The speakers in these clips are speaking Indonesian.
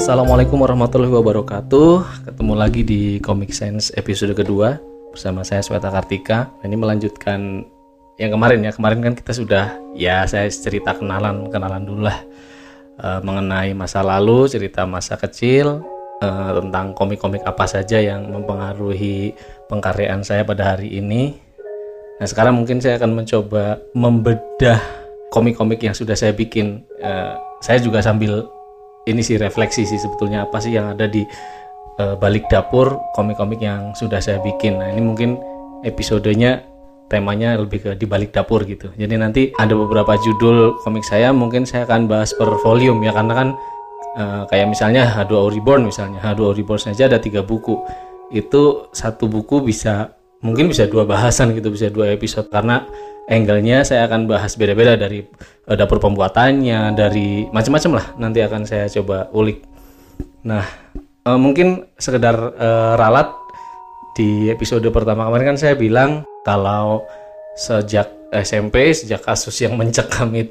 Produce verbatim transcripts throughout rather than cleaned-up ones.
Assalamualaikum warahmatullahi wabarakatuh. Ketemu lagi di Comic Sense episode kedua bersama saya Sweta Kartika. Ini melanjutkan yang kemarin ya. Kemarin kan kita sudah ya saya cerita kenalan kenalan dulu lah e, mengenai masa lalu, cerita masa kecil, e, tentang komik-komik apa saja yang mempengaruhi pengkaryaan saya pada hari ini. Nah sekarang mungkin saya akan mencoba membedah komik-komik yang sudah saya bikin. E, saya juga sambil ini sih refleksi sih sebetulnya apa sih yang ada di uh, balik dapur komik-komik yang sudah saya bikin. Nah ini mungkin episodenya temanya lebih ke di balik dapur gitu. Jadi nanti ada beberapa judul komik saya mungkin saya akan bahas per volume ya, karena kan uh, kayak misalnya H dua O Reborn misalnya. H dua O Reborn saja ada tiga buku. Itu satu buku bisa mungkin bisa dua bahasan gitu, bisa dua episode, karena angle-nya saya akan bahas beda-beda dari uh, dapur pembuatannya, dari macam-macam lah nanti akan saya coba ulik. Nah uh, mungkin sekedar uh, ralat, di episode pertama kemarin kan saya bilang kalau sejak S M P, sejak kasus yang mencekam itu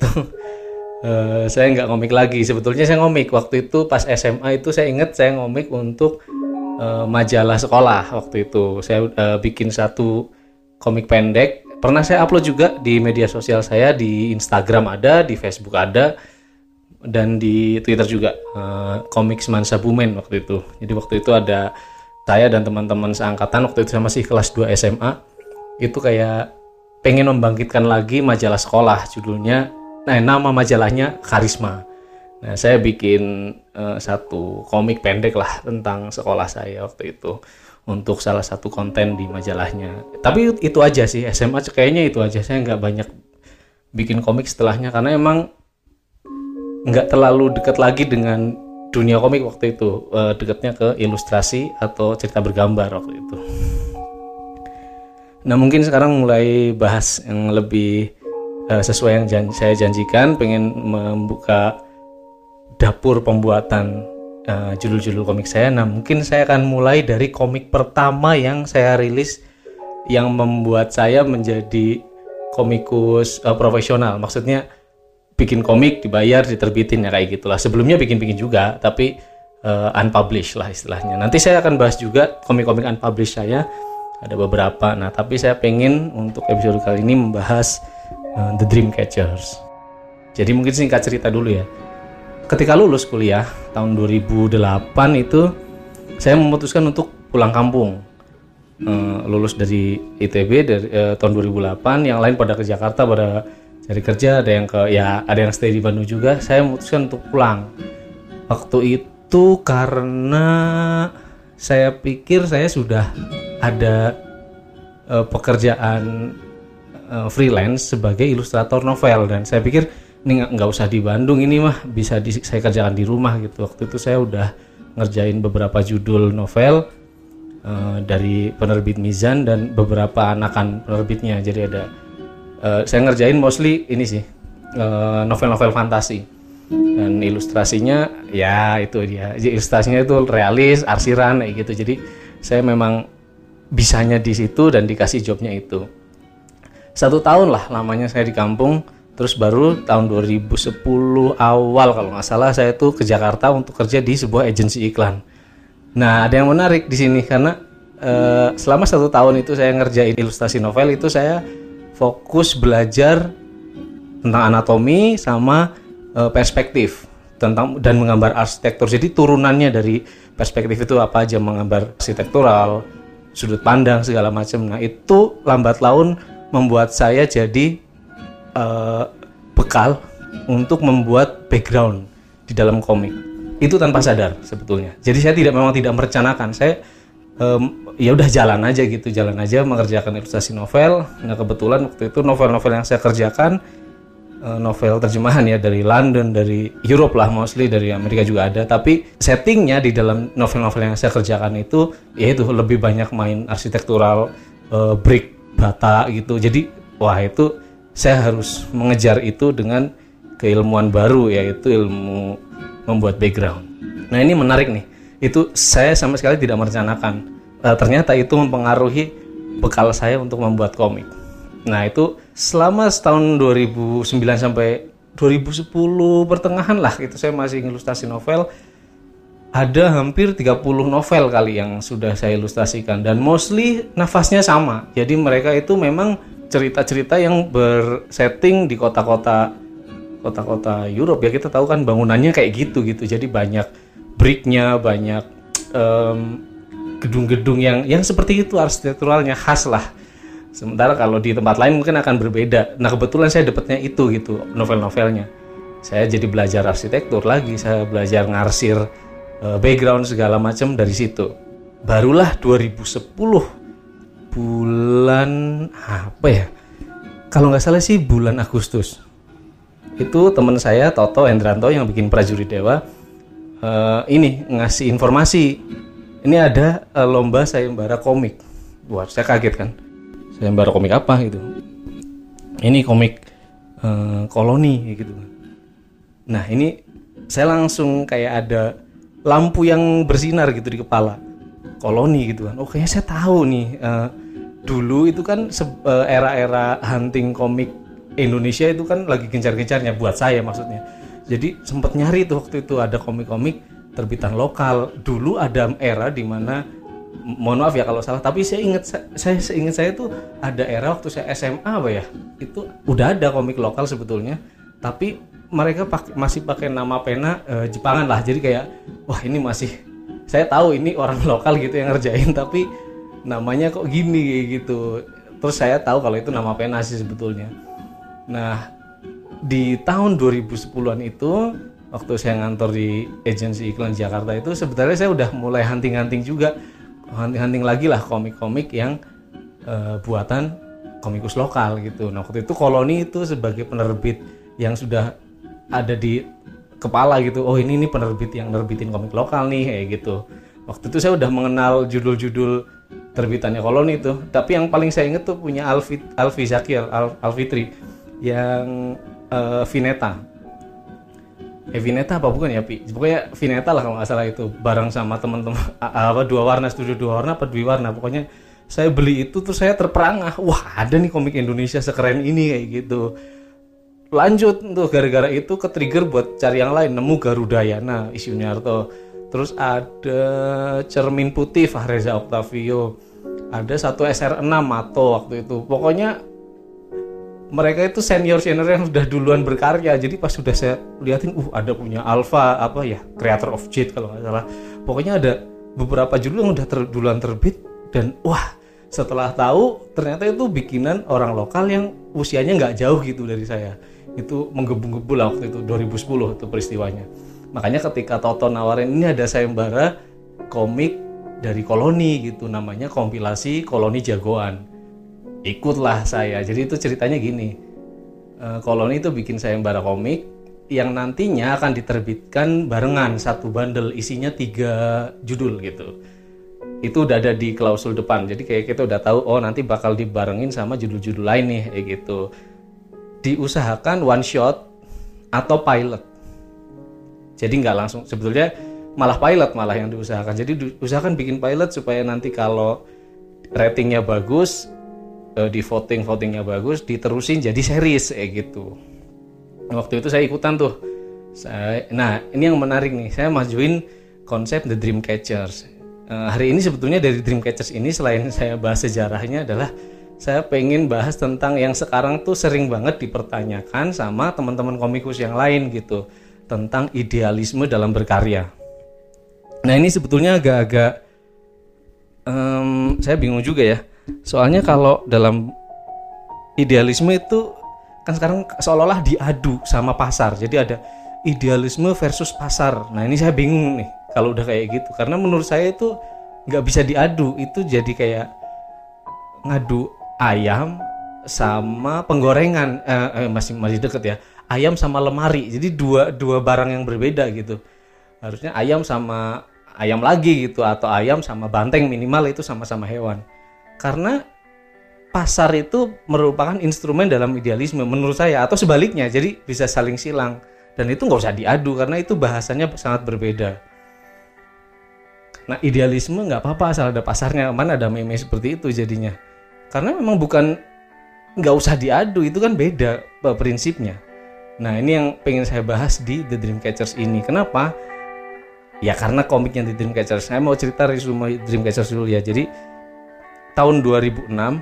uh, saya nggak ngomik lagi. Sebetulnya saya ngomik waktu itu pas S M A itu, saya ingat saya ngomik untuk uh, majalah sekolah. Waktu itu saya uh, bikin satu komik pendek. Pernah saya upload juga di media sosial saya, di Instagram ada, di Facebook ada, dan di Twitter juga, uh, komik Semansa Bumen waktu itu. Jadi waktu itu ada saya dan teman-teman seangkatan, waktu itu saya masih kelas dua S M A, itu kayak pengen membangkitkan lagi majalah sekolah, judulnya, nah nama majalahnya Karisma. Nah saya bikin uh, satu komik pendek lah tentang sekolah saya waktu itu, untuk salah satu konten di majalahnya. Tapi itu aja sih, S M A kayaknya itu aja. Saya nggak banyak bikin komik setelahnya, karena emang nggak terlalu dekat lagi dengan dunia komik waktu itu. E, dekatnya ke ilustrasi atau cerita bergambar waktu itu. Nah mungkin sekarang mulai bahas yang lebih e, sesuai yang jan- saya janjikan. Pengen membuka dapur pembuatan Uh, judul-judul komik saya. Nah mungkin saya akan mulai dari komik pertama yang saya rilis, yang membuat saya menjadi komikus uh, profesional. Maksudnya bikin komik dibayar, diterbitin ya kayak gitulah. Sebelumnya bikin-bikin juga, tapi uh, unpublished lah istilahnya. Nanti saya akan bahas juga komik-komik unpublished saya, ada beberapa. Nah tapi saya pengen untuk episode kali ini membahas uh, The Dreamcatchers. Jadi mungkin singkat cerita dulu ya. Ketika lulus kuliah tahun dua ribu delapan itu, saya memutuskan untuk pulang kampung. Uh, lulus dari I T B dari uh, tahun dua ribu delapan, yang lain pada ke Jakarta, pada cari kerja, ada yang ke ya ada yang stay di Bandung juga. Saya memutuskan untuk pulang. Waktu itu karena saya pikir saya sudah ada uh, pekerjaan uh, freelance sebagai ilustrator novel, dan saya pikir ini nggak usah di Bandung, ini mah bisa di, saya kerjakan di rumah gitu. Waktu itu saya udah ngerjain beberapa judul novel uh, dari penerbit Mizan dan beberapa anakan penerbitnya. Jadi ada uh, saya ngerjain mostly ini sih uh, novel-novel fantasi, dan ilustrasinya ya itu dia, ilustrasinya itu realis, arsiran kayak gitu. Jadi saya memang bisanya di situ dan dikasih jobnya itu. Satu tahun lah lamanya saya di kampung. Terus baru tahun dua ribu sepuluh awal kalau nggak salah saya tuh ke Jakarta untuk kerja di sebuah agensi iklan. Nah ada yang menarik di sini karena uh, selama satu tahun itu saya ngerjain ilustrasi novel itu, saya fokus belajar tentang anatomi sama uh, perspektif tentang dan menggambar arsitektur. Jadi turunannya dari perspektif itu apa aja, menggambar arsitektural, sudut pandang segala macam. Nah itu lambat laun membuat saya jadi Uh, bekal untuk membuat background di dalam komik itu tanpa sadar sebetulnya. Jadi saya tidak memang tidak merencanakan, saya um, ya udah jalan aja gitu, jalan aja mengerjakan ilustrasi novel. Nah kebetulan waktu itu novel-novel yang saya kerjakan uh, novel terjemahan ya, dari London, dari Europe lah, mostly dari Amerika juga ada. Tapi settingnya di dalam novel-novel yang saya kerjakan itu ya itu lebih banyak main arsitektural, uh, brick, bata gitu. Jadi wah itu saya harus mengejar itu dengan keilmuan baru, yaitu ilmu membuat background. Nah ini menarik nih, itu saya sama sekali tidak merencanakan. E, ternyata itu mempengaruhi bekal saya untuk membuat komik. Nah itu selama setahun dua ribu sembilan sampai dua ribu sepuluh pertengahan lah, itu saya masih ilustrasi novel. ada hampir tiga puluh novel kali yang sudah saya ilustrasikan, dan mostly nafasnya sama. Jadi mereka itu memang cerita-cerita yang bersetting di kota-kota kota-kota Europe ya. Kita tahu kan bangunannya kayak gitu gitu. Jadi banyak bricknya, banyak um, gedung-gedung yang yang seperti itu, arsitekturalnya khas lah. Sementara kalau di tempat lain mungkin akan berbeda. Nah kebetulan saya dapatnya itu gitu, novel-novelnya. Saya jadi belajar arsitektur lagi, saya belajar ngarsir background segala macam dari situ. Barulah dua ribu sepuluh bulan apa ya? Kalau nggak salah sih bulan Agustus. Itu teman saya Toto Endranto yang bikin Prajurit Dewa uh, ini ngasih informasi. Ini ada uh, lomba sayembara komik. Wah, saya kaget kan. Sayembara komik apa gitu? Ini komik uh, koloni gitu. Nah, ini saya langsung kayak ada lampu yang bersinar gitu di kepala. Koloni gitu kan. Oh kayaknya saya tahu nih. Uh, dulu itu kan se- uh, era-era hunting komik Indonesia itu kan lagi gencar-gencarnya buat saya maksudnya. Jadi sempat nyari tuh waktu itu ada komik-komik terbitan lokal. Dulu ada era di mana, mohon maaf ya kalau salah, tapi saya ingat saya seingat saya tuh ada era waktu saya S M A apa ya. Itu udah ada komik lokal sebetulnya. Tapi mereka pake, masih pakai nama pena uh, Jepangan lah, jadi kayak wah ini masih saya tahu ini orang lokal gitu yang ngerjain, tapi namanya kok gini kayak gitu. Terus saya tahu kalau itu nama pena sih sebetulnya. Nah di tahun dua ribu sepuluhan itu waktu saya ngantor di agensi iklan Jakarta itu sebenarnya saya udah mulai hunting-hunting juga, hunting-hunting lagi lah komik-komik yang uh, buatan komikus lokal gitu. Nah waktu itu Koloni itu sebagai penerbit yang sudah ada di kepala gitu. Oh ini ini penerbit yang nerbitin komik lokal nih kayak gitu. Waktu itu saya udah mengenal judul-judul terbitannya Koloni itu. Tapi yang paling saya inget tuh punya Alfi Alfi Zakir Al, Alfitri yang uh, Vineta. Eh Vineta apa bukan ya Pi? Pokoknya Vineta lah kalau nggak salah itu. Bareng sama teman-teman apa dua warna studio dua warna apa dua warna. Pokoknya saya beli itu terus saya terperangah. Wah ada nih komik Indonesia sekeren ini kayak gitu. Lanjut tuh gara-gara itu ke trigger buat cari yang lain, nemu Garudayana Isyuniarto, terus ada Cermin Putih Fahreza Octavio, ada satu S R enam Mato waktu itu. Pokoknya mereka itu senior-senior yang sudah duluan berkarya. Jadi pas sudah saya liatin, uh ada punya Alpha apa ya, Creator of Jade kalau nggak salah. Pokoknya ada beberapa judul yang udah ter, duluan terbit dan wah setelah tahu ternyata itu bikinan orang lokal yang usianya nggak jauh gitu dari saya. Itu menggebu-gebu lah waktu itu dua ribu sepuluh itu peristiwanya. Makanya ketika Toto nawarin ini ada sayembara komik dari Koloni gitu, namanya kompilasi Koloni Jagoan. Ikutlah saya. Jadi itu ceritanya gini. Koloni itu bikin sayembara komik yang nantinya akan diterbitkan barengan satu bundle isinya tiga judul gitu. Itu udah ada di klausul depan. Jadi kayak kita udah tahu oh nanti bakal dibarengin sama judul-judul lain nih kayak gitu. Diusahakan one shot atau pilot. Jadi nggak langsung, sebetulnya malah pilot malah yang diusahakan. Jadi diusahakan bikin pilot supaya nanti kalau ratingnya bagus, di voting votingnya bagus, diterusin jadi series kayak gitu. Waktu itu saya ikutan tuh. Saya, nah ini yang menarik nih, saya majuin konsep The Dreamcatchers. Uh, hari ini sebetulnya dari Dreamcatchers ini selain saya bahas sejarahnya adalah saya pengen bahas tentang yang sekarang tuh sering banget dipertanyakan sama teman-teman komikus yang lain gitu, tentang idealisme dalam berkarya. Nah ini sebetulnya agak-agak um, saya bingung juga ya, soalnya kalau dalam idealisme itu kan sekarang seolah-olah diadu sama pasar, jadi ada idealisme versus pasar. Nah ini saya bingung nih kalau udah kayak gitu, karena menurut saya itu nggak bisa diadu, itu jadi kayak ngadu ayam sama penggorengan, eh, eh, masih masih deket ya, ayam sama lemari, jadi dua dua barang yang berbeda gitu. Harusnya ayam sama ayam lagi gitu, atau ayam sama banteng minimal itu sama-sama hewan. Karena pasar itu merupakan instrumen dalam idealisme menurut saya, atau sebaliknya, jadi bisa saling silang. Dan itu nggak usah diadu karena itu bahasanya sangat berbeda. Nah idealisme nggak apa-apa asal ada pasarnya, mana ada meme seperti itu jadinya. Karena memang bukan nggak usah diadu, itu kan beda prinsipnya. Nah ini yang pengen saya bahas di The Dreamcatchers ini. Kenapa? Ya karena komiknya di Dreamcatcher. Saya mau cerita resume Dreamcatcher dulu ya. Jadi tahun dua ribu enam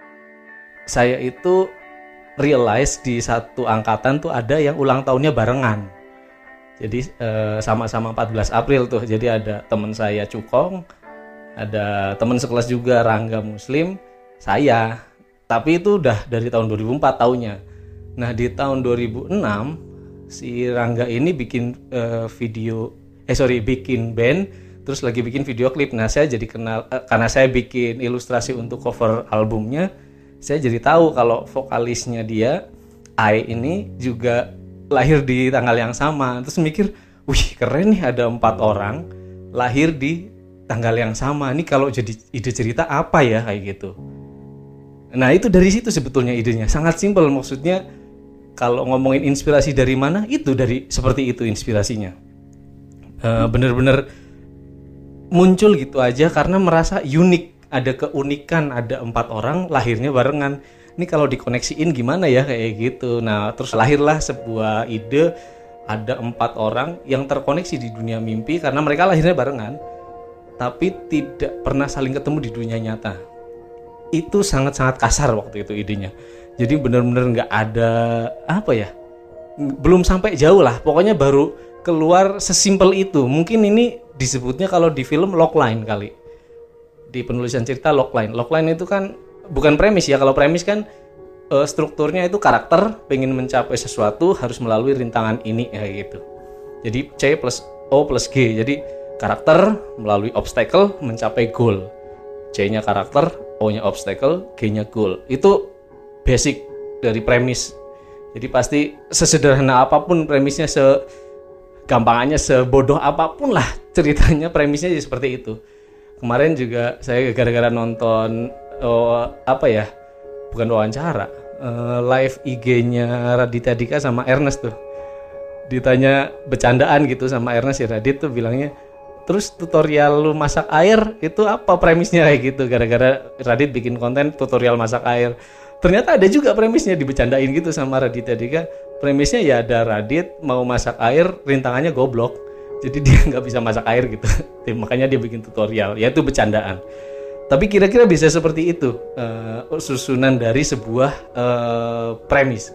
saya itu realize di satu angkatan tuh ada yang ulang tahunnya barengan. Jadi eh, sama-sama empat belas April tuh. Jadi ada teman saya Cukong, ada teman sekelas juga Rangga Muslim, saya. Tapi itu udah dari tahun dua ribu empat tahunnya. Nah, di tahun dua ribu enam si Rangga ini bikin eh, video eh sorry bikin band, terus lagi bikin video klip. Nah saya jadi kenal eh, karena saya bikin ilustrasi untuk cover albumnya, saya jadi tahu kalau vokalisnya dia Ai ini juga lahir di tanggal yang sama. Terus mikir, wih keren nih ada empat orang lahir di tanggal yang sama. Ini kalau jadi ide cerita apa ya kayak gitu. Nah itu dari situ sebetulnya idenya, sangat simpel. Maksudnya kalau ngomongin inspirasi dari mana, itu dari seperti itu inspirasinya. Uh, bener-bener muncul gitu aja karena merasa unik, ada keunikan, ada empat orang lahirnya barengan. Ini kalau dikoneksiin gimana ya kayak gitu. Nah terus lahirlah sebuah ide, ada empat orang yang terkoneksi di dunia mimpi karena mereka lahirnya barengan, tapi tidak pernah saling ketemu di dunia nyata. Itu sangat-sangat kasar waktu itu idenya. Jadi bener-bener nggak ada apa ya, belum sampai jauh lah. Pokoknya baru keluar sesimpel itu. Mungkin ini disebutnya kalau di film logline kali. Di penulisan cerita logline. Logline itu kan bukan premis ya. Kalau premis kan e, strukturnya itu karakter pengen mencapai sesuatu harus melalui rintangan ini kayak gitu. Jadi C plus O plus G. Jadi karakter melalui obstacle mencapai goal. C-nya karakter, O-nya obstacle, G-nya goal. Itu basic dari premis. Jadi pasti sesederhana apapun premisnya, se gampangannya sebodoh apapun lah ceritanya, premisnya jadi seperti itu. Kemarin juga saya gara-gara nonton oh, apa ya, bukan wawancara, uh, live I G-nya Raditya Dika sama Ernest tuh, ditanya bercandaan gitu sama Ernest, si Radit tuh bilangnya, terus tutorial lu masak air itu apa premisnya kayak gitu, gara-gara Radit bikin konten tutorial masak air. Ternyata ada juga premisnya, dibecandain gitu sama Raditya Dika. Premisnya ya ada Radit mau masak air, rintangannya goblok, jadi dia nggak bisa masak air gitu. Makanya dia bikin tutorial, ya itu bercandaan. Tapi kira-kira bisa seperti itu uh, susunan dari sebuah uh, premis.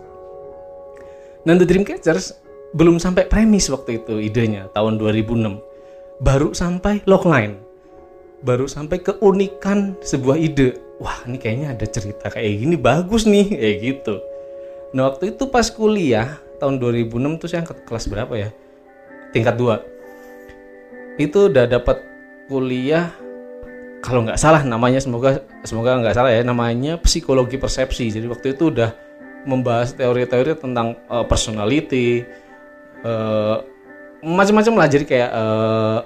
Nah, The Dreamcatchers belum sampai premis waktu itu idenya, tahun dua ribu enam. Baru sampai logline, baru sampai keunikan sebuah ide. Wah, ini kayaknya ada cerita kayak gini, bagus nih, kayak gitu. Nah, waktu itu pas kuliah, tahun dua ribu enam tuh saya ke kelas berapa ya? Tingkat dua. Itu udah dapat kuliah, kalau nggak salah namanya, semoga semoga nggak salah ya, namanya psikologi persepsi. Jadi waktu itu udah membahas teori-teori tentang uh, personality, uh, macam-macam lah. Jadi kayak uh,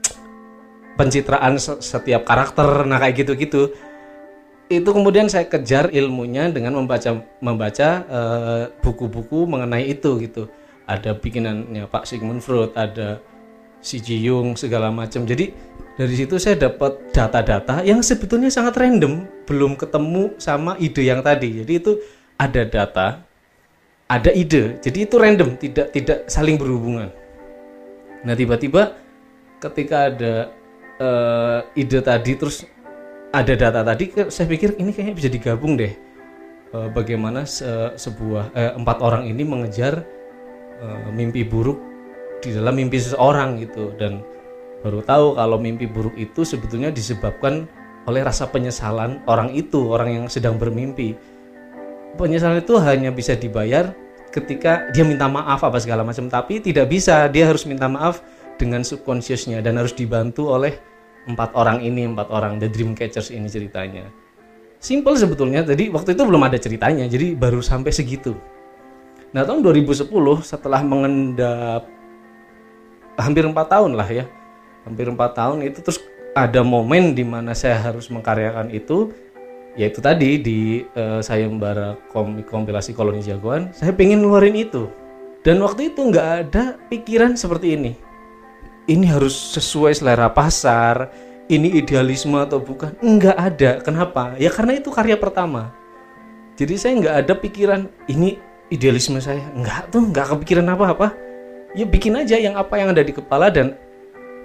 pencitraan setiap karakter, nah kayak gitu-gitu. Itu kemudian saya kejar ilmunya dengan membaca membaca uh, buku-buku mengenai itu gitu. Ada bikinannya Pak Sigmund Freud, ada Si Ji Yung, segala macam. Jadi dari situ saya dapat data-data yang sebetulnya sangat random, belum ketemu sama ide yang tadi. Jadi itu ada data, ada ide. Jadi itu random, tidak tidak saling berhubungan. Nah, tiba-tiba ketika ada uh, ide tadi, terus ada data tadi, saya pikir ini kayaknya bisa digabung deh. E, bagaimana se- sebuah e, empat orang ini mengejar e, mimpi buruk di dalam mimpi seseorang gitu, dan baru tahu kalau mimpi buruk itu sebetulnya disebabkan oleh rasa penyesalan orang itu, orang yang sedang bermimpi. Penyesalan itu hanya bisa dibayar ketika dia minta maaf apa segala macam, tapi tidak bisa, dia harus minta maaf dengan subconsciousnya dan harus dibantu oleh empat orang ini, empat orang The Dreamcatchers ini ceritanya. Simple sebetulnya, tadi waktu itu belum ada ceritanya, jadi baru sampai segitu. Nah, tahun dua ribu sepuluh setelah mengendap hampir empat tahun lah ya, hampir empat tahun itu, terus ada momen di mana saya harus mengkaryakan itu, yaitu tadi di uh, sayembara komik kompilasi Koloni Jagoan, saya pengen ngeluarin itu. Dan waktu itu nggak ada pikiran seperti ini. Ini harus sesuai selera pasar, ini idealisme atau bukan, nggak ada. Kenapa? Ya karena itu karya pertama. Jadi saya nggak ada pikiran ini idealisme saya, nggak tuh, nggak kepikiran apa-apa. Ya bikin aja yang apa yang ada di kepala, dan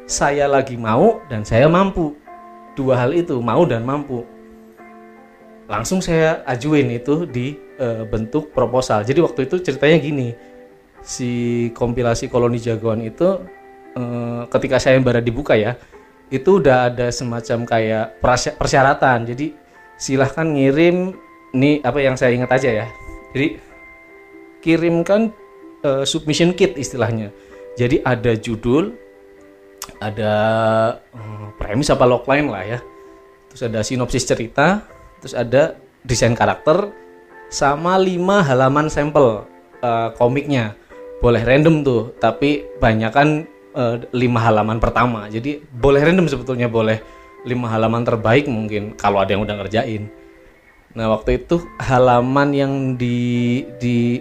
saya lagi mau dan saya mampu. Dua hal itu, mau dan mampu. Langsung saya ajuin itu di e, bentuk proposal. Jadi waktu itu ceritanya gini, si kompilasi Koloni Jagoan itu e, ketika sayembara dibuka ya, itu udah ada semacam kayak persyaratan. Jadi silahkan ngirim, nih apa yang saya ingat aja ya. Jadi kirimkan e, submission kit istilahnya. Jadi ada judul, ada hmm, premis apa logline lah ya, terus ada sinopsis cerita, terus ada desain karakter, sama lima halaman sampel uh, komiknya. Boleh random tuh, tapi banyakan uh, lima halaman pertama. Jadi boleh random sebetulnya, boleh lima halaman terbaik mungkin kalau ada yang udah ngerjain. Nah waktu itu halaman yang di di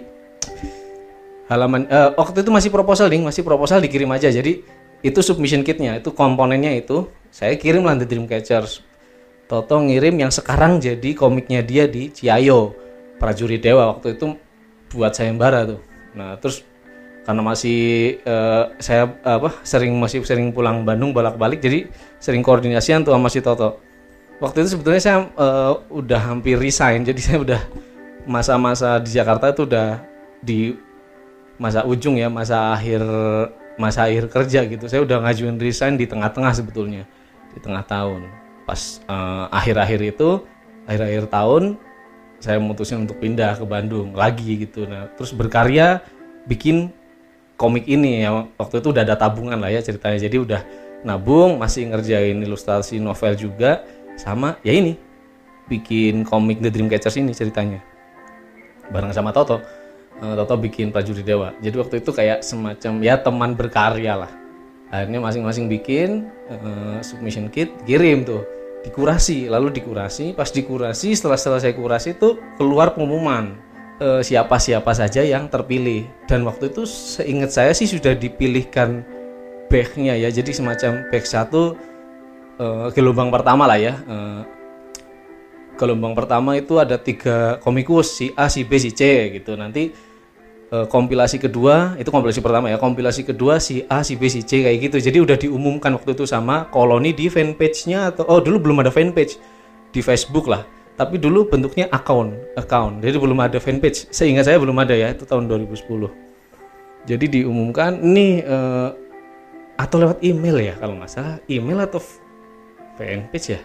halaman uh, waktu itu masih proposal ding, masih proposal dikirim aja. Jadi itu submission kitnya, itu komponennya itu saya kirim lah The Dreamcatchers. Toto ngirim yang sekarang jadi komiknya dia di Ciayo, Prajurit Dewa, waktu itu buat sayembara tuh. Nah terus karena masih uh, saya apa sering masih sering pulang Bandung bolak-balik, jadi sering koordinasian tuh sama si Toto. Waktu itu sebetulnya saya uh, udah hampir resign, jadi saya udah masa-masa di Jakarta itu udah di masa ujung ya, masa akhir masa akhir kerja gitu. Saya udah ngajuin resign di tengah-tengah sebetulnya, di tengah tahun. Pas uh, akhir-akhir itu, akhir-akhir tahun saya memutuskan untuk pindah ke Bandung lagi gitu. Nah, terus berkarya bikin komik ini ya. Waktu itu udah ada tabungan lah ya ceritanya. Jadi udah nabung, masih ngerjain ilustrasi novel juga, sama ya ini bikin komik The Dreamcatchers ini ceritanya. Bareng sama Toto. Toto bikin Prajurit Dewa. Jadi waktu itu kayak semacam ya teman berkarya lah. Akhirnya masing-masing bikin uh, submission kit, kirim tuh, dikurasi, lalu dikurasi. Pas dikurasi, setelah selesai kurasi itu keluar pengumuman uh, siapa-siapa saja yang terpilih. Dan waktu itu seingat saya sih sudah dipilihkan backnya ya. Jadi semacam back satu uh, gelombang pertama lah ya. Uh, gelombang pertama itu ada tiga komikus, si A, si B, si C gitu. Nanti e, kompilasi kedua, itu kompilasi pertama ya, kompilasi kedua si A, si B, si C kayak gitu. Jadi udah diumumkan waktu itu sama Koloni di fanpage-nya, atau oh dulu belum ada fanpage di Facebook lah. Tapi dulu bentuknya account, account. Jadi belum ada fanpage. Seingat saya belum ada ya, itu tahun dua ribu sepuluh. Jadi diumumkan nih e, atau lewat email ya kalau nggak salah, email atau fanpage ya.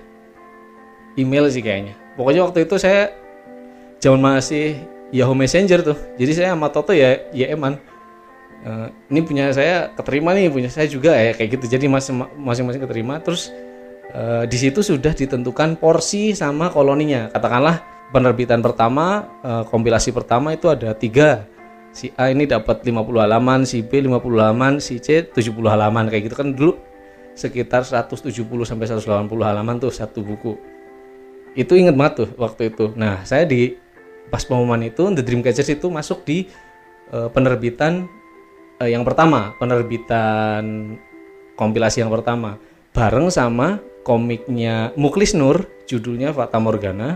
Email sih kayaknya. Pokoknya waktu itu saya zaman masih Yahoo Messenger tuh. Jadi saya sama Toto ya Y M-an. Uh, ini punya saya keterima nih, punya saya juga ya kayak gitu. Jadi masing-masing keterima. Terus uh, di situ sudah ditentukan porsi sama koloninya. Katakanlah penerbitan pertama, uh, kompilasi pertama itu ada tiga. Si A ini dapat lima puluh halaman, si B lima puluh halaman, si C tujuh puluh halaman kayak gitu kan dulu sekitar seratus tujuh puluh sampai seratus delapan puluh halaman tuh satu buku. Itu inget banget tuh waktu itu. Nah saya di pas pengumuman itu The Dreamcatchers itu masuk di uh, penerbitan uh, yang pertama, penerbitan kompilasi yang pertama bareng sama komiknya Muklis Nur, judulnya Fata Morgana.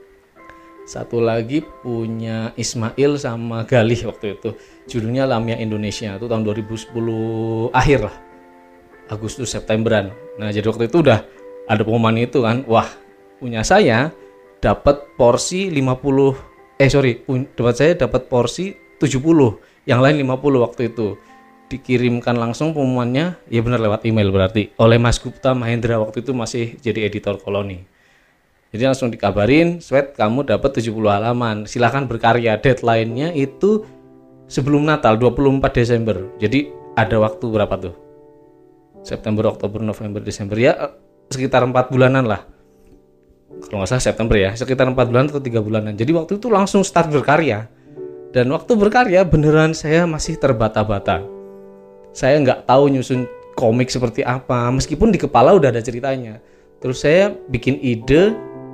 Satu lagi punya Ismail sama Galih waktu itu, judulnya Lamia Indonesia. Itu tahun dua ribu sepuluh akhir lah, Agustus Septemberan. Nah jadi waktu itu udah ada pengumuman itu kan, wah punya saya dapat porsi lima puluh eh sorry dapat saya dapat porsi tujuh puluh, yang lain lima puluh waktu itu. Dikirimkan langsung pengumumannya ya benar lewat email berarti oleh Mas Gupta Mahendra, waktu itu masih jadi editor Koloni. Jadi langsung dikabarin, Sweat kamu dapat tujuh puluh halaman, silakan berkarya. Deadline-nya itu sebelum Natal dua puluh empat Desember. Jadi ada waktu berapa tuh? September, Oktober, November, Desember, ya sekitar empat bulanan lah. Kalau nggak salah September ya, sekitar empat bulan atau tiga bulanan. Jadi waktu itu langsung start berkarya. Dan waktu berkarya beneran saya masih terbata-bata. Saya nggak tahu nyusun komik seperti apa, meskipun di kepala udah ada ceritanya. Terus saya bikin ide,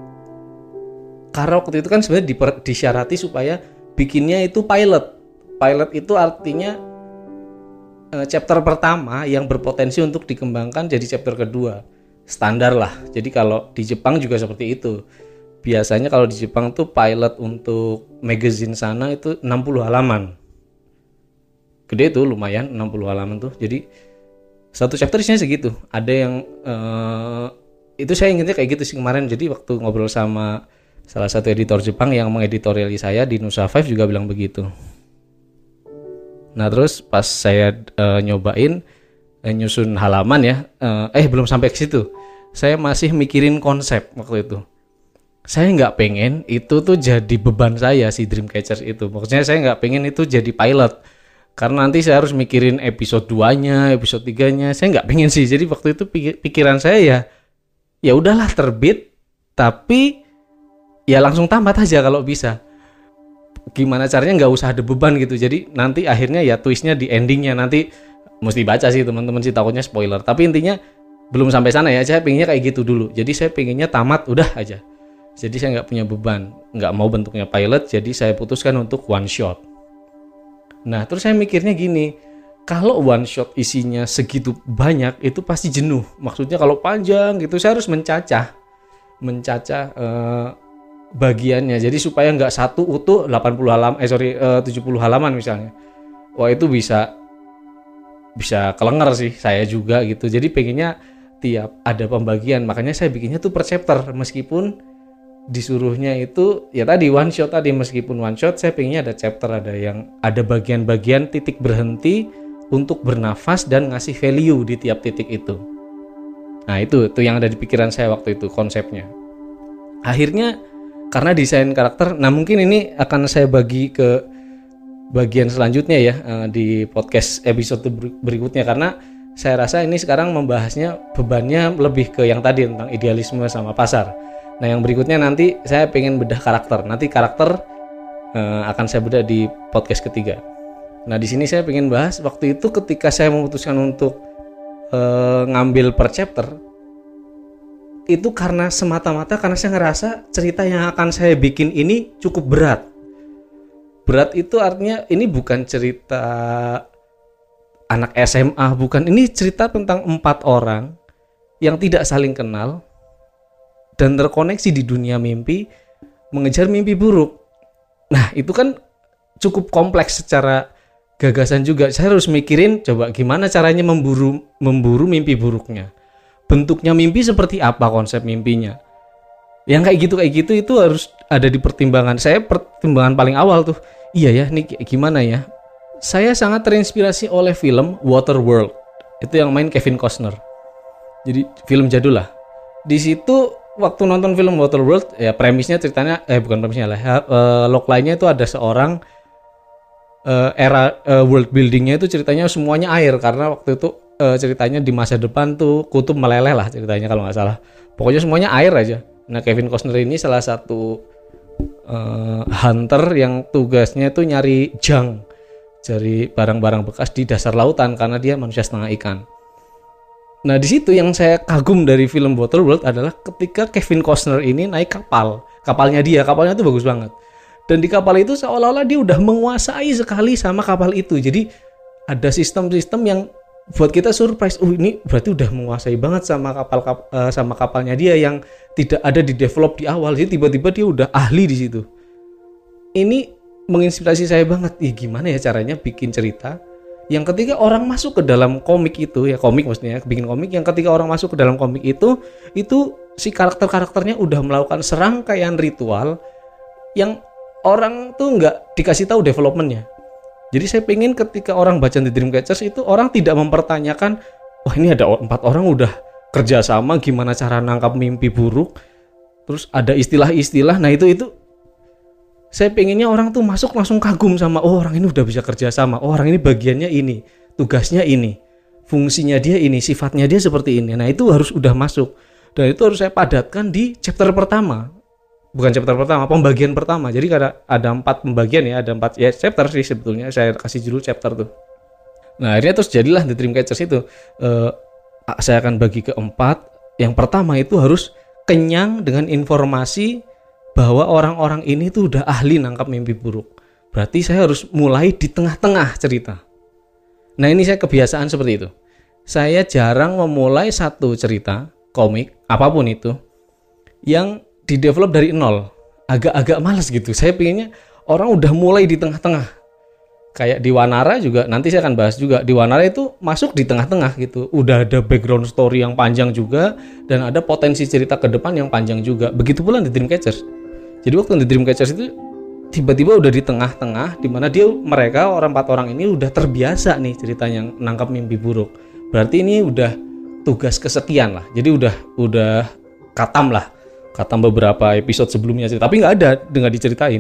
karena waktu itu kan sebenarnya diper- disyarati supaya bikinnya itu pilot. Pilot itu artinya eh, chapter pertama yang berpotensi untuk dikembangkan jadi chapter kedua. Standar lah. Jadi kalau di Jepang juga seperti itu. Biasanya kalau di Jepang tuh pilot untuk magazine sana itu enam puluh halaman. Gede tuh lumayan enam puluh halaman tuh. Jadi Satu chapter isinya segitu. Ada yang uh, itu saya ingatnya kayak gitu sih kemarin. Jadi waktu ngobrol sama salah satu editor Jepang yang mengeditoriali saya di Nusa Five juga bilang begitu. Nah terus pas saya uh, nyobain uh, nyusun halaman ya, uh, eh belum sampai ke situ. Saya masih mikirin konsep waktu itu. Saya nggak pengen itu tuh jadi beban saya si Dreamcatcher itu. Maksudnya saya nggak pengen itu jadi pilot. Karena nanti saya harus mikirin episode dua-nya, episode tiga-nya. Saya nggak pengen sih. Jadi waktu itu pikiran saya ya, ya udahlah terbit, tapi ya langsung tamat aja kalau bisa. Gimana caranya nggak usah ada beban gitu. Jadi nanti akhirnya ya twistnya di endingnya. Nanti mesti baca sih teman-teman sih, takutnya spoiler. Tapi intinya belum sampai sana ya. Saya pengennya kayak gitu dulu. Jadi saya pengennya tamat udah aja. Jadi saya nggak punya beban, nggak mau bentuknya pilot. Jadi saya putuskan untuk one shot. Nah terus saya mikirnya gini, kalau one shot isinya segitu banyak itu pasti jenuh. Maksudnya kalau panjang gitu saya harus mencacah, mencacah eh, bagiannya. Jadi supaya nggak satu utuh delapan puluh halaman, eh sorry eh, tujuh puluh halaman misalnya. Wah itu bisa bisa kelenger sih saya juga gitu. Jadi pengennya tiap ada pembagian, makanya saya bikinnya tuh per chapter meskipun disuruhnya itu ya tadi one shot tadi. Meskipun one shot saya pengennya ada chapter, ada yang ada bagian-bagian titik berhenti untuk bernafas dan ngasih value di tiap titik itu. Nah itu itu yang ada di pikiran saya waktu itu konsepnya. Akhirnya karena desain karakter, nah mungkin ini akan saya bagi ke bagian selanjutnya ya di podcast episode berikutnya, karena saya rasa ini sekarang membahasnya bebannya lebih ke yang tadi tentang idealisme sama pasar. Nah yang berikutnya nanti saya pengen bedah karakter. Nanti karakter uh, akan saya bedah di podcast ketiga. Nah di sini saya pengen bahas waktu itu ketika saya memutuskan untuk uh, ngambil per chapter, itu karena semata-mata karena saya ngerasa cerita yang akan saya bikin ini cukup berat. Berat itu artinya ini bukan cerita anak S M A, bukan. Ini cerita tentang empat orang yang tidak saling kenal dan terkoneksi di dunia mimpi, mengejar mimpi buruk. Nah itu kan cukup kompleks secara gagasan juga. Saya harus mikirin coba gimana caranya memburu memburu mimpi buruknya. Bentuknya mimpi seperti apa, konsep mimpinya. Yang kayak gitu kayak gitu itu harus ada di pertimbangan. Saya pertimbangan paling awal tuh. Iya ya, nih gimana ya? Saya sangat terinspirasi oleh film Waterworld. Itu yang main Kevin Costner. Jadi film jadul lah. Di situ waktu nonton film Waterworld ya premisnya ceritanya eh bukan premisnya lah ya, uh, logline-nya itu ada seorang uh, era uh, world building-nya itu ceritanya semuanya air karena waktu itu uh, ceritanya di masa depan tuh kutub meleleh lah ceritanya kalau nggak salah. Pokoknya semuanya air aja. Nah Kevin Costner ini salah satu uh, hunter yang tugasnya itu nyari junk, cari barang-barang bekas di dasar lautan karena dia manusia setengah ikan. Nah di situ yang saya kagum dari film Waterworld adalah ketika Kevin Costner ini naik kapal, kapalnya dia, kapalnya itu bagus banget. Dan di kapal itu seolah-olah dia udah menguasai sekali sama kapal itu. Jadi ada sistem-sistem yang buat kita surprise. Oh ini berarti udah menguasai banget sama kapal kap, uh, sama kapalnya dia yang tidak ada di develop di awal. Jadi tiba-tiba dia udah ahli di situ. Ini menginspirasi saya banget. Ih gimana ya caranya bikin cerita yang ketika orang masuk ke dalam komik itu, ya komik maksudnya, bikin komik yang ketika orang masuk ke dalam komik itu, itu si karakter-karakternya udah melakukan serangkaian ritual yang orang tuh nggak dikasih tahu developmentnya. Jadi saya pengen ketika orang baca The Dreamcatchers itu orang tidak mempertanyakan, wah ini ada empat orang udah kerja sama gimana cara nangkap mimpi buruk, terus ada istilah-istilah, nah itu itu saya pengennya orang tuh masuk langsung kagum sama, oh orang ini udah bisa kerja sama, oh orang ini bagiannya ini, tugasnya ini, fungsinya dia ini, sifatnya dia seperti ini. Nah itu harus udah masuk. Dan itu harus saya padatkan di chapter pertama. Bukan chapter pertama, pembagian pertama. Jadi ada, ada empat pembagian ya, ada empat ya chapter sih sebetulnya. Saya kasih judul chapter tuh. Nah akhirnya terus jadilah The Dreamcatchers itu. Uh, saya akan bagi ke empat. Yang pertama itu harus kenyang dengan informasi bahwa orang-orang ini tuh udah ahli nangkap mimpi buruk. Berarti saya harus mulai di tengah-tengah cerita. Nah ini saya kebiasaan seperti itu. Saya jarang memulai satu cerita, komik, apapun itu, yang didevelop dari nol. Agak-agak malas gitu. Saya pengennya orang udah mulai di tengah-tengah. Kayak di Wanara juga, nanti saya akan bahas juga. Di Wanara itu masuk di tengah-tengah gitu. Udah ada background story yang panjang juga, dan ada potensi cerita ke depan yang panjang juga. Begitu pula di Dreamcatchers. Jadi waktu di Dreamcatchers itu tiba-tiba udah di tengah-tengah, dimana dia mereka orang empat orang ini udah terbiasa nih ceritanya nangkap mimpi buruk. Berarti ini udah tugas kesekian lah. Jadi udah udah katam lah, katam beberapa episode sebelumnya. Tapi nggak ada, nggak diceritain.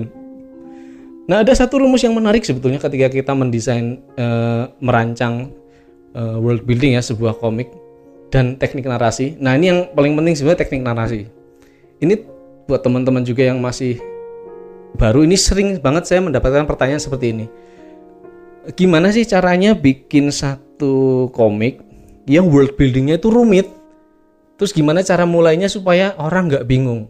Nah, ada satu rumus yang menarik sebetulnya ketika kita mendesain, e, merancang e, world building ya sebuah komik dan teknik narasi. Nah, ini yang paling penting sebenarnya, teknik narasi. Ini buat teman-teman juga yang masih baru, ini sering banget saya mendapatkan pertanyaan seperti ini. Gimana sih caranya bikin satu komik yang world buildingnya itu rumit? Terus gimana cara mulainya supaya orang nggak bingung?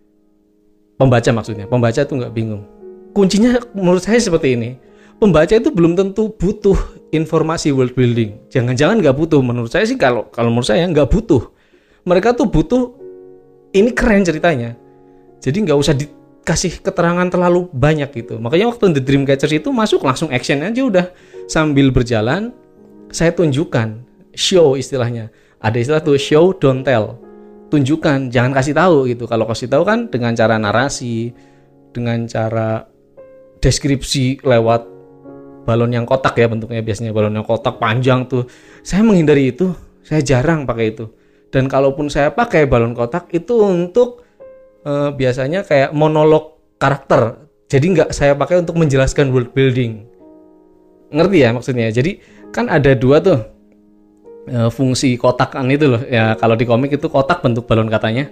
Pembaca maksudnya, pembaca tuh nggak bingung. Kuncinya menurut saya seperti ini. Pembaca itu belum tentu butuh informasi world building. Jangan-jangan nggak butuh. Menurut saya sih kalau kalau menurut saya nggak butuh. Mereka tuh butuh ini keren ceritanya. Jadi nggak usah dikasih keterangan terlalu banyak gitu. Makanya waktu The Dreamcatchers itu masuk langsung action aja udah. Sambil berjalan saya tunjukkan, show istilahnya. Ada istilah tuh show don't tell. Tunjukkan, jangan kasih tahu gitu. Kalau kasih tahu kan dengan cara narasi, dengan cara deskripsi lewat balon yang kotak ya, bentuknya biasanya balon yang kotak panjang tuh. Saya menghindari itu, saya jarang pakai itu. Dan kalaupun saya pakai balon kotak itu untuk eh, biasanya kayak monolog karakter. Jadi nggak saya pakai untuk menjelaskan world building. Ngerti ya maksudnya? Jadi kan ada dua tuh eh, fungsi kotakan itu loh. Ya kalau di komik itu kotak bentuk balon katanya.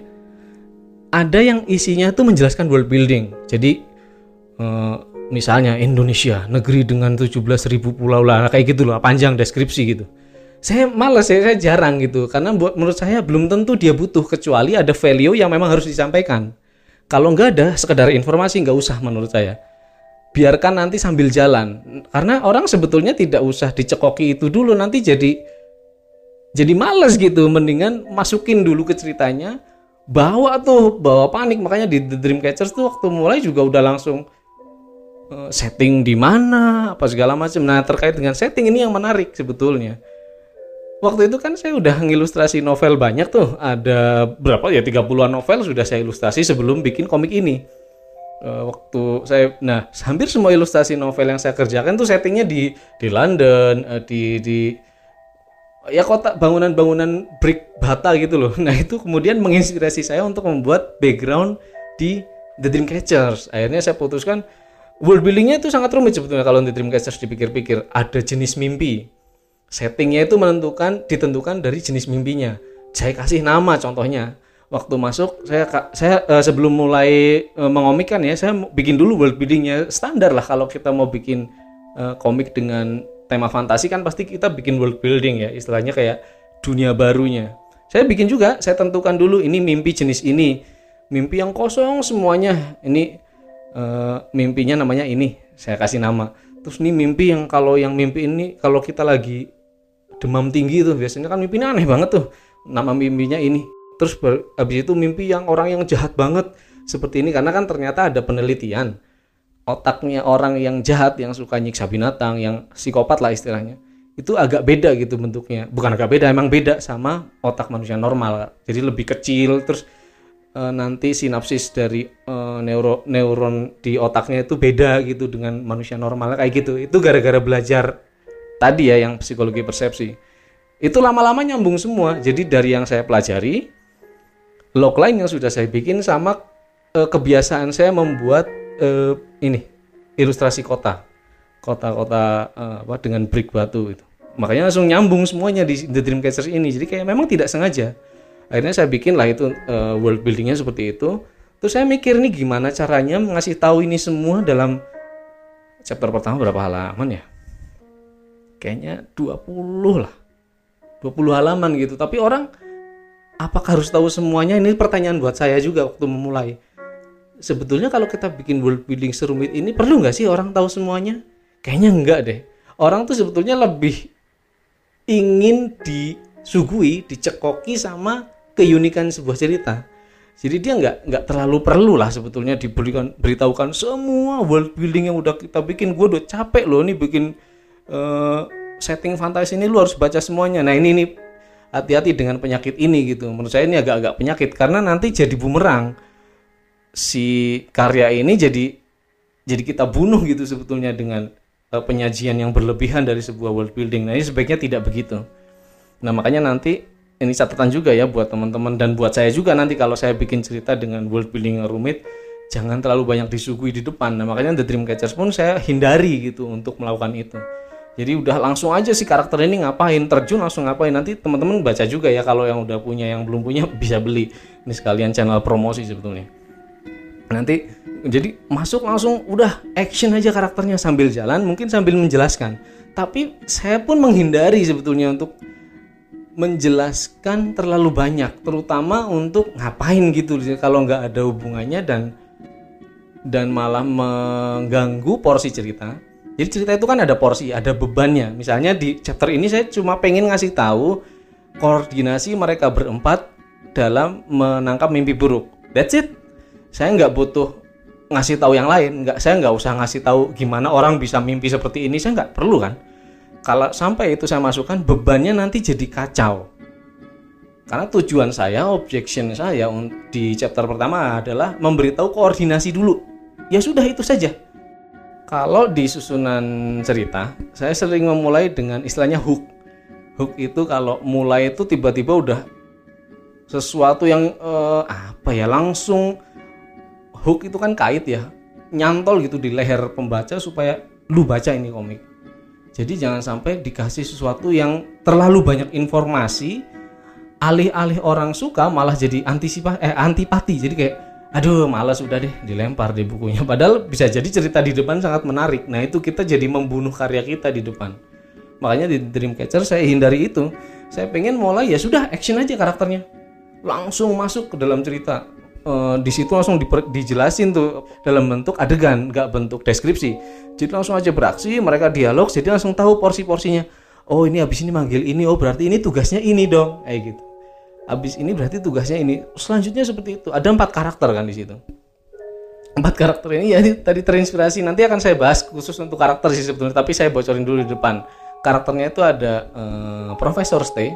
Ada yang isinya tuh menjelaskan world building. Jadi eh, misalnya Indonesia, negeri dengan tujuh belas ribu pulau lah, kayak gitu loh, panjang deskripsi gitu. Saya malas ya, saya jarang gitu. Karena buat menurut saya belum tentu dia butuh, kecuali ada value yang memang harus disampaikan. Kalau nggak ada, sekedar informasi nggak usah menurut saya. Biarkan nanti sambil jalan. Karena orang sebetulnya tidak usah dicekoki itu dulu, nanti jadi jadi malas gitu. Mendingan masukin dulu ke ceritanya, bawa tuh, bawa panik. Makanya di The Dreamcatchers tuh waktu mulai juga udah langsung setting di mana apa segala macam. Nah, terkait dengan setting ini yang menarik sebetulnya. Waktu itu kan saya udah ngilustrasi novel banyak tuh. Ada berapa ya, tiga puluhan novel sudah saya ilustrasi sebelum bikin komik ini. Uh, waktu saya nah, hampir semua ilustrasi novel yang saya kerjakan tuh settingnya di di London, uh, di di ya kota, bangunan-bangunan brick bata gitu loh. Nah, itu kemudian menginspirasi saya untuk membuat background di The Dreamcatchers. Akhirnya saya putuskan world buildingnya itu sangat rumit sebetulnya kalau di Dreamcatchers dipikir-pikir. Ada jenis mimpi. Settingnya itu menentukan, ditentukan dari jenis mimpinya. Saya kasih nama contohnya. Waktu masuk, saya saya uh, sebelum mulai uh, mengomikkan ya, saya bikin dulu world buildingnya. Standar lah kalau kita mau bikin uh, komik dengan tema fantasi kan pasti kita bikin world building ya. Istilahnya kayak dunia barunya. Saya bikin juga, saya tentukan dulu ini mimpi jenis ini. Mimpi yang kosong semuanya. Ini Uh, mimpinya namanya ini, saya kasih nama. Terus nih mimpi yang kalau yang mimpi ini kalau kita lagi demam tinggi tuh biasanya kan mimpinya aneh banget tuh, nama mimpinya ini. Terus ber, habis itu mimpi yang orang yang jahat banget seperti ini, karena kan ternyata ada penelitian otaknya orang yang jahat, yang suka nyiksa binatang, yang psikopat lah istilahnya, itu agak beda gitu bentuknya. Bukan agak beda, emang beda sama otak manusia normal. Jadi lebih kecil, terus Uh, nanti sinapsis dari uh, neuro, neuron di otaknya itu beda gitu dengan manusia normal kayak gitu. Itu gara-gara belajar tadi ya yang psikologi persepsi. Itu lama-lama nyambung semua. Jadi dari yang saya pelajari, logline yang sudah saya bikin sama uh, kebiasaan saya membuat uh, ini ilustrasi kota, kota-kota uh, apa dengan brick batu itu. Makanya langsung nyambung semuanya di The Dreamcatchers ini. Jadi kayak memang tidak sengaja. Akhirnya saya bikin lah itu uh, world buildingnya seperti itu. Terus saya mikir nih gimana caranya ngasih tahu ini semua dalam chapter pertama berapa halaman ya? Kayaknya dua puluh lah. dua puluh halaman gitu. Tapi orang apakah harus tahu semuanya? Ini pertanyaan buat saya juga waktu memulai. Sebetulnya kalau kita bikin world building serumit ini perlu nggak sih orang tahu semuanya? Kayaknya enggak deh. Orang tuh sebetulnya lebih ingin disuguhi, dicekoki sama keunikan sebuah cerita. Jadi dia nggak nggak terlalu perlu lah sebetulnya diberikan beritahukan semua world building yang udah kita bikin. Gue udah capek loh nih bikin uh, setting fantasi ini, lu harus baca semuanya. Nah ini nih hati-hati dengan penyakit ini gitu. Menurut saya ini agak-agak penyakit karena nanti jadi bumerang. Si karya ini jadi jadi kita bunuh gitu sebetulnya dengan uh, penyajian yang berlebihan dari sebuah world building. Nah ini sebaiknya tidak begitu. Nah makanya nanti ini catatan juga ya buat teman-teman dan buat saya juga nanti kalau saya bikin cerita dengan world building yang rumit, jangan terlalu banyak disuguhi di depan. Nah makanya The Dreamcatchers pun saya hindari gitu untuk melakukan itu. Jadi udah langsung aja si karakter ini ngapain, terjun langsung ngapain. Nanti teman-teman baca juga ya, kalau yang udah punya, yang belum punya bisa beli. Ini sekalian channel promosi sebetulnya. Nanti jadi masuk langsung udah action aja karakternya sambil jalan, mungkin sambil menjelaskan. Tapi saya pun menghindari sebetulnya untuk menjelaskan terlalu banyak, terutama untuk ngapain gitu kalau nggak ada hubungannya dan dan malah mengganggu porsi cerita. Jadi cerita itu kan ada porsi, ada bebannya. Misalnya di chapter ini saya cuma pengen ngasih tahu koordinasi mereka berempat dalam menangkap mimpi buruk. That's it. Saya nggak butuh ngasih tahu yang lain. Nggak, saya nggak usah ngasih tahu gimana orang bisa mimpi seperti ini. Saya nggak perlu kan. Kalau sampai itu saya masukkan, bebannya nanti jadi kacau. Karena tujuan saya, objection saya di chapter pertama adalah memberitahu koordinasi dulu. Ya sudah itu saja. Kalau di susunan cerita, saya sering memulai dengan istilahnya hook. Hook itu kalau mulai itu tiba-tiba udah sesuatu yang eh, apa ya, langsung hook itu kan kait ya, nyantol gitu di leher pembaca supaya lu baca ini komik. Jadi jangan sampai dikasih sesuatu yang terlalu banyak informasi, alih-alih orang suka malah jadi antisipa eh antipati. Jadi kayak aduh malas udah deh dilempar di bukunya. Padahal bisa jadi cerita di depan sangat menarik. Nah itu kita jadi membunuh karya kita di depan. Makanya di Dreamcatcher saya hindari itu. Saya pengen mulai ya sudah action aja karakternya, langsung masuk ke dalam cerita. Uh, di situ langsung diper, dijelasin tuh dalam bentuk adegan, nggak bentuk deskripsi. Jadi langsung aja beraksi, mereka dialog, jadi langsung tahu porsi-porsinya. Oh ini habis ini manggil ini, oh berarti ini tugasnya ini dong, kayak gitu. Habis ini berarti tugasnya ini. Selanjutnya seperti itu. Ada empat karakter kan di situ. Empat karakter ini ya tadi terinspirasi. Nanti akan saya bahas khusus untuk karakter sih sebetulnya. Tapi saya bocorin dulu di depan. Karakternya itu ada uh, Profesor Stay,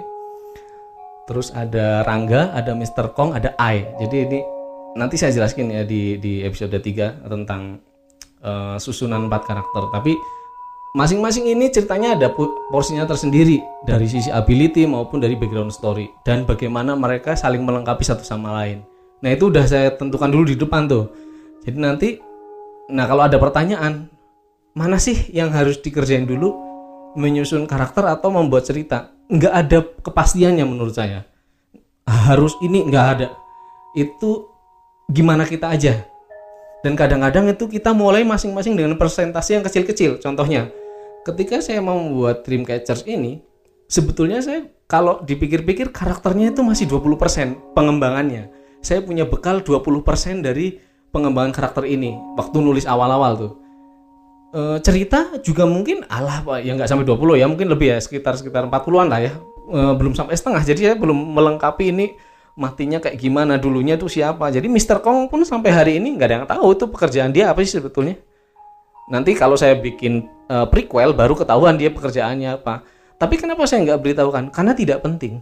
terus ada Rangga, ada mister Kong, ada Ai. Jadi ini nanti saya jelaskan ya di di episode tiga tentang uh, susunan empat karakter. Tapi masing-masing ini ceritanya ada porsinya tersendiri dari sisi ability maupun dari background story dan bagaimana mereka saling melengkapi satu sama lain. Nah itu udah saya tentukan dulu di depan tuh. Jadi nanti, nah kalau ada pertanyaan, mana sih yang harus dikerjain dulu, menyusun karakter atau membuat cerita? Nggak ada kepastiannya menurut saya. Harus ini nggak ada. Itu gimana kita aja. Dan kadang-kadang itu kita mulai masing-masing dengan persentase yang kecil-kecil. Contohnya, ketika saya mau membuat Dreamcatchers ini, sebetulnya saya kalau dipikir-pikir karakternya itu masih dua puluh persen pengembangannya. Saya punya bekal dua puluh persen dari pengembangan karakter ini waktu nulis awal-awal tuh. E, cerita juga mungkin alah Pak, ya nggak sampai dua puluh ya, mungkin lebih ya, sekitar sekitar empat puluhan lah ya. E, belum sampai setengah. Jadi saya belum melengkapi ini matinya kayak gimana, dulunya tuh siapa. Jadi mister Kong pun sampai hari ini nggak ada yang tahu itu pekerjaan dia apa sih sebetulnya. Nanti kalau saya bikin uh, prequel baru ketahuan dia pekerjaannya apa. Tapi kenapa saya nggak beritahukan? Karena tidak penting.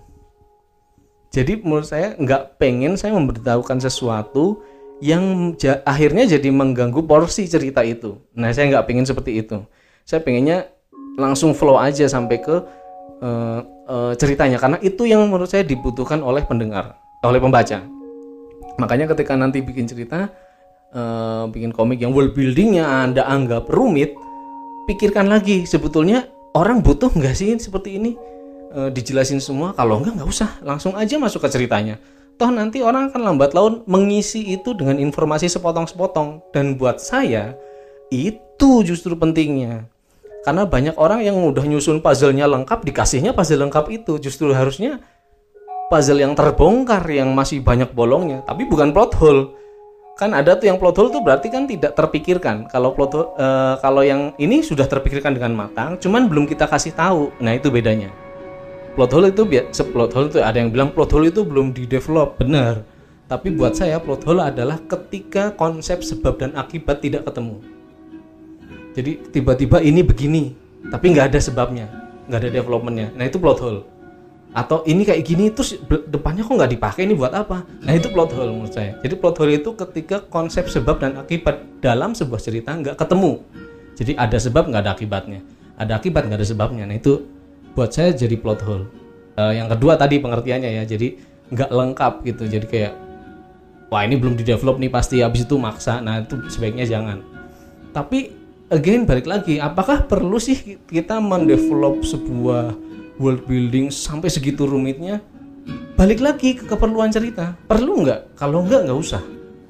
Jadi menurut saya nggak pengen saya memberitahukan sesuatu yang ja- akhirnya jadi mengganggu porsi cerita itu. Nah saya nggak pengen seperti itu. Saya pengennya langsung flow aja sampai ke uh, uh, ceritanya. Karena itu yang menurut saya dibutuhkan oleh pendengar, oleh pembaca. Makanya ketika nanti bikin cerita, uh, bikin komik yang world buildingnya Anda anggap rumit, pikirkan lagi sebetulnya orang butuh nggak sih seperti ini, uh, dijelasin semua. Kalau enggak nggak usah, langsung aja masuk ke ceritanya. Toh nanti orang akan lambat laun mengisi itu dengan informasi sepotong-sepotong. Dan buat saya itu justru pentingnya. Karena banyak orang yang udah nyusun puzzle-nya lengkap, dikasihnya puzzle lengkap itu. Justru harusnya puzzle yang terbongkar, yang masih banyak bolongnya, tapi bukan plot hole. Kan ada tuh yang plot hole tuh berarti kan tidak terpikirkan. Kalau plot hole, uh, kalau yang ini sudah terpikirkan dengan matang, cuman belum kita kasih tahu. Nah itu bedanya. Plot hole itu biasa, plot hole itu ada yang bilang plot hole itu belum di develop, benar. Tapi buat saya plot hole adalah ketika konsep sebab dan akibat tidak ketemu. Jadi tiba-tiba ini begini, tapi nggak ada sebabnya, nggak ada developmentnya. Nah itu plot hole. Atau ini kayak gini terus depannya kok nggak dipakai, ini buat apa? Nah itu plot hole menurut saya. Jadi plot hole itu ketika konsep sebab dan akibat dalam sebuah cerita nggak ketemu. Jadi ada sebab nggak ada akibatnya, ada akibat nggak ada sebabnya. Nah itu buat saya jadi plot hole. Uh, yang kedua tadi pengertiannya ya, jadi nggak lengkap gitu. Jadi kayak wah ini belum di-develop nih pasti, habis itu maksa. Nah itu sebaiknya jangan. Tapi again balik lagi, apakah perlu sih kita mendevelop sebuah world building sampai segitu rumitnya? Balik lagi ke keperluan cerita, perlu nggak? Kalau nggak nggak usah.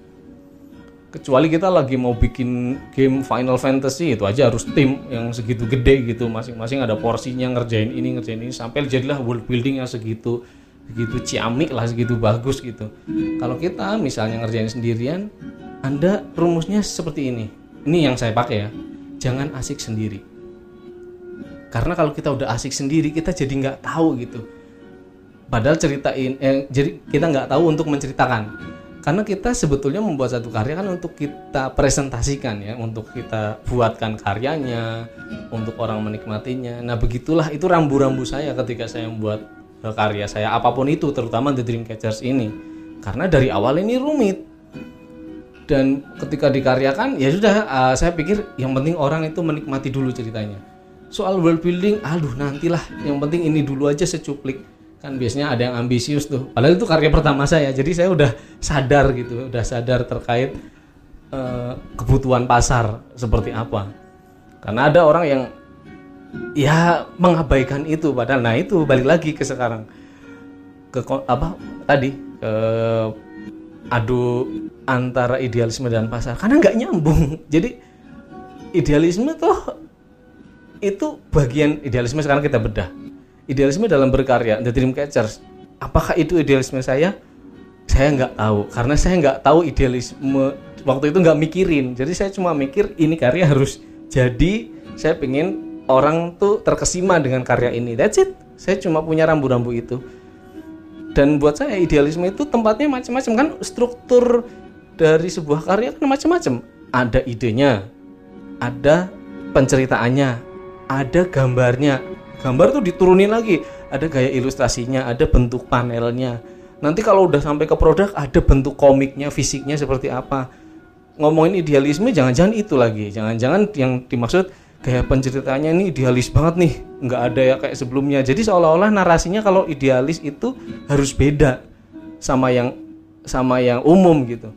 Kecuali kita lagi mau bikin game Final Fantasy, itu aja harus tim yang segitu gede gitu, masing-masing ada porsinya, ngerjain ini ngerjain ini sampai jadilah world building yang segitu segitu ciamik lah, segitu bagus gitu. Kalau kita misalnya ngerjain sendirian, Anda rumusnya seperti ini. Ini yang saya pakai ya. Jangan asik sendiri. Karena kalau kita udah asik sendiri, kita jadi nggak tahu gitu. Padahal ceritain, eh, jadi kita nggak tahu untuk menceritakan. Karena kita sebetulnya membuat satu karya kan untuk kita presentasikan ya, untuk kita buatkan karyanya, untuk orang menikmatinya. Nah begitulah, itu rambu-rambu saya ketika saya membuat karya saya, apapun itu, terutama The Dreamcatchers ini. Karena dari awal ini rumit. Dan ketika dikaryakan, ya sudah, uh, saya pikir yang penting orang itu menikmati dulu ceritanya. Soal world building, aduh nantilah, yang penting ini dulu aja secuplik. Kan biasanya ada yang ambisius tuh, padahal itu karya pertama saya, jadi saya udah sadar gitu, udah sadar terkait uh, kebutuhan pasar seperti apa. Karena ada orang yang ya mengabaikan itu, padahal nah itu balik lagi ke sekarang ke apa tadi ke adu antara idealisme dan pasar, karena nggak nyambung. Jadi idealisme tuh itu bagian idealisme, sekarang kita bedah. Idealisme dalam berkarya, The Dreamcatchers, apakah itu idealisme saya? Saya nggak tahu, karena saya nggak tahu idealisme waktu itu, nggak mikirin. Jadi saya cuma mikir ini karya harus jadi, saya pengen orang tuh terkesima dengan karya ini. That's it. Saya cuma punya rambu-rambu itu. Dan buat saya idealisme itu tempatnya macam-macam kan, struktur dari sebuah karya kan macam-macam. Ada idenya, ada penceritaannya, ada gambarnya. Gambar tuh diturunin lagi, ada gaya ilustrasinya, ada bentuk panelnya. Nanti kalau udah sampai ke produk, ada bentuk komiknya, fisiknya seperti apa. Ngomongin idealisme jangan-jangan itu lagi, jangan-jangan yang dimaksud gaya penceritanya ini idealis banget nih, nggak ada ya kayak sebelumnya. Jadi seolah-olah narasinya kalau idealis itu harus beda sama yang sama yang umum gitu.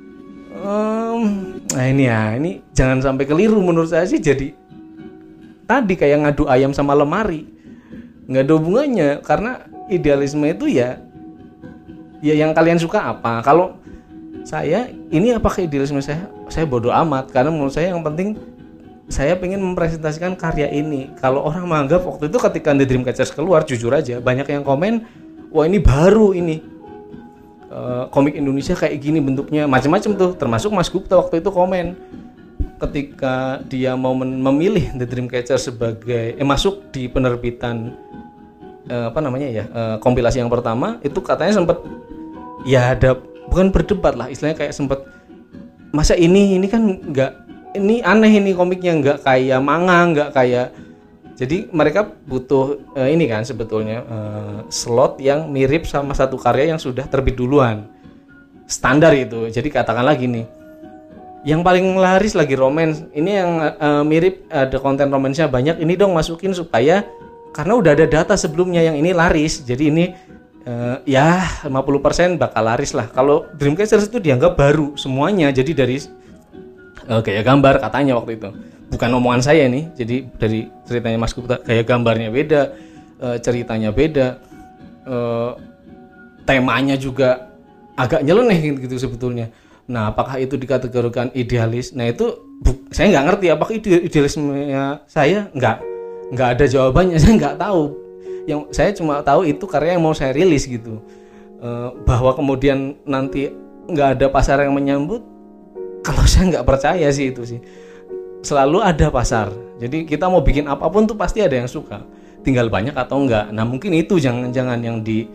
Um, nah ini ya, ini jangan sampai keliru menurut saya sih. Jadi tadi kayak ngadu ayam sama lemari, nggak ada hubungannya. Karena idealisme itu ya, ya yang kalian suka apa. Kalau saya, ini apakah idealisme saya? Saya bodoh amat. Karena menurut saya yang penting, saya pengen mempresentasikan karya ini. Kalau orang menganggap waktu itu ketika The Dreamcatchers keluar, jujur aja, banyak yang komen, wah ini baru ini, uh, komik Indonesia kayak gini bentuknya, macam-macam tuh. Termasuk Mas Gupta waktu itu komen. Ketika dia mau memilih The Dreamcatchers sebagai eh, masuk di penerbitan eh, apa namanya ya eh, kompilasi yang pertama, itu katanya sempat ya ada, bukan berdebat lah istilahnya, kayak sempat masa ini ini kan nggak, ini aneh ini komiknya, nggak kayak manga, nggak kayak. Jadi mereka butuh eh, ini kan sebetulnya eh, slot yang mirip sama satu karya yang sudah terbit duluan, standar itu. Jadi katakanlah gini, yang paling laris lagi romance, ini yang uh, mirip, ada konten romansnya banyak, ini dong masukin supaya, karena udah ada data sebelumnya yang ini laris, jadi ini uh, ya lima puluh persen bakal laris lah. Kalau Dreamcatchers itu dianggap baru semuanya, jadi dari uh, gaya gambar katanya waktu itu, bukan omongan saya nih, jadi dari ceritanya Mas Gupta, gaya gambarnya beda, uh, ceritanya beda, uh, temanya juga agak nyeleneh gitu sebetulnya. Nah, apakah itu dikategorikan idealis? Nah, itu bu, saya nggak ngerti apakah itu idealismenya saya. Nggak, nggak ada jawabannya. Saya nggak tahu. Yang saya cuma tahu itu karya yang mau saya rilis gitu. E, bahwa kemudian nanti nggak ada pasar yang menyambut, kalau saya nggak percaya sih itu sih. Selalu ada pasar. Jadi kita mau bikin apapun tuh pasti ada yang suka. Tinggal banyak atau enggak. Nah, mungkin itu jangan-jangan yang di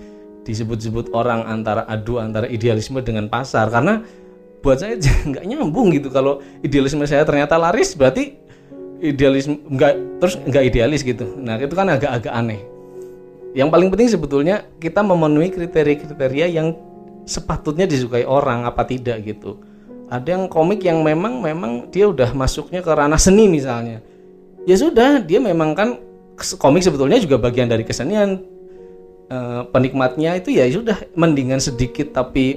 disebut-sebut orang antara adu antara idealisme dengan pasar, karena buat saya nggak nyambung gitu. Kalau idealisme saya ternyata laris, berarti idealisme nggak, terus nggak idealis gitu. Nah itu kan agak-agak aneh. Yang paling penting sebetulnya kita memenuhi kriteria-kriteria yang sepatutnya disukai orang apa tidak gitu. Ada yang komik yang memang memang dia udah masuknya ke ranah seni misalnya, ya sudah, dia memang kan komik sebetulnya juga bagian dari kesenian. E, penikmatnya itu ya sudah, mendingan sedikit tapi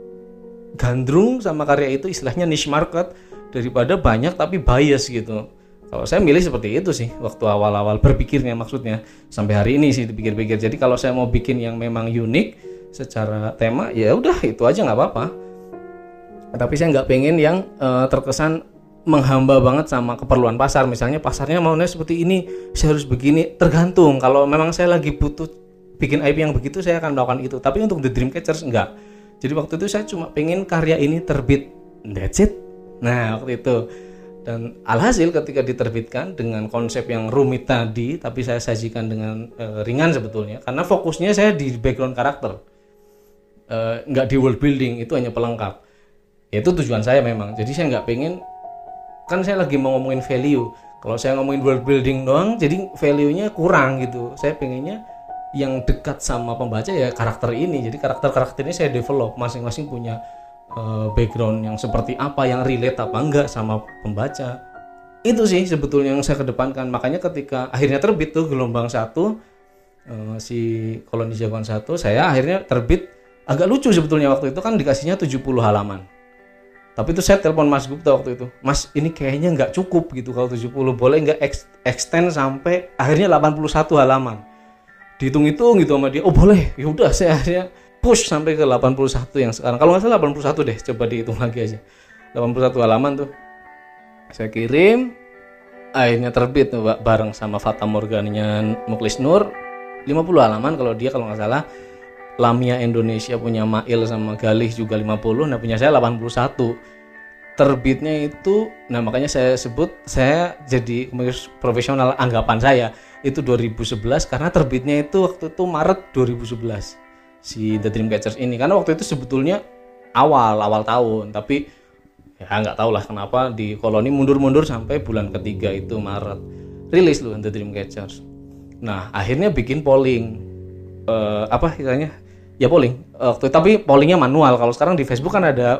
gandrung sama karya itu, istilahnya niche market, daripada banyak tapi bias gitu. Kalau saya milih seperti itu sih waktu awal-awal berpikirnya, maksudnya sampai hari ini sih dipikir-pikir. Jadi kalau saya mau bikin yang memang unik secara tema, ya udah itu aja nggak apa-apa. Tapi saya nggak pengen yang uh, terkesan menghamba banget sama keperluan pasar. Misalnya pasarnya maunya seperti ini, saya harus begini. Tergantung, kalau memang saya lagi butuh bikin I P yang begitu, saya akan melakukan itu. Tapi untuk The Dreamcatchers enggak. Jadi waktu itu saya cuma pengen karya ini terbit, that's it. Nah waktu itu, dan alhasil ketika diterbitkan dengan konsep yang rumit tadi, tapi saya sajikan dengan uh, ringan sebetulnya, karena fokusnya saya di background karakter, uh, nggak di world building, itu hanya pelengkap. Itu tujuan saya memang. Jadi saya nggak pengen, kan saya lagi mau ngomongin value. Kalau saya ngomongin world building doang, jadi value-nya kurang gitu. Saya pengennya yang dekat sama pembaca ya karakter ini. Jadi karakter-karakter ini saya develop, masing-masing punya uh, background yang seperti apa, yang relate apa enggak sama pembaca. Itu sih sebetulnya yang saya kedepankan. Makanya ketika akhirnya terbit tuh gelombang satu, uh, si Koloni Jagoan satu, saya akhirnya terbit. Agak lucu sebetulnya waktu itu kan dikasihnya tujuh puluh halaman. Tapi itu saya telepon Mas Gupta waktu itu, Mas ini kayaknya nggak cukup gitu kalau tujuh puluh, boleh nggak extend sampai akhirnya delapan puluh satu halaman. Dihitung-hitung gitu sama dia, oh boleh, ya udah saya akhirnya push sampai ke delapan puluh satu yang sekarang. Kalau nggak salah delapan puluh satu deh, coba dihitung lagi aja. delapan puluh satu halaman tuh saya kirim, akhirnya terbit tuh bareng sama Fata Morgana Muklis Nur, lima puluh halaman kalau dia, kalau nggak salah. Lamia Indonesia punya Mail sama Galih juga lima puluh, nah punya saya delapan puluh satu. Terbitnya itu, nah makanya saya sebut saya jadi profesional, anggapan saya itu dua ribu sebelas, karena terbitnya itu waktu itu Maret dua ribu sebelas si The Dreamcatchers ini, karena waktu itu sebetulnya awal awal tahun, tapi ya nggak tahu lah kenapa di Koloni mundur-mundur sampai bulan ketiga itu Maret rilis loh The Dreamcatchers. Nah akhirnya bikin polling, uh, apa istilahnya ya polling waktu, tapi pollingnya manual. Kalau sekarang di Facebook kan ada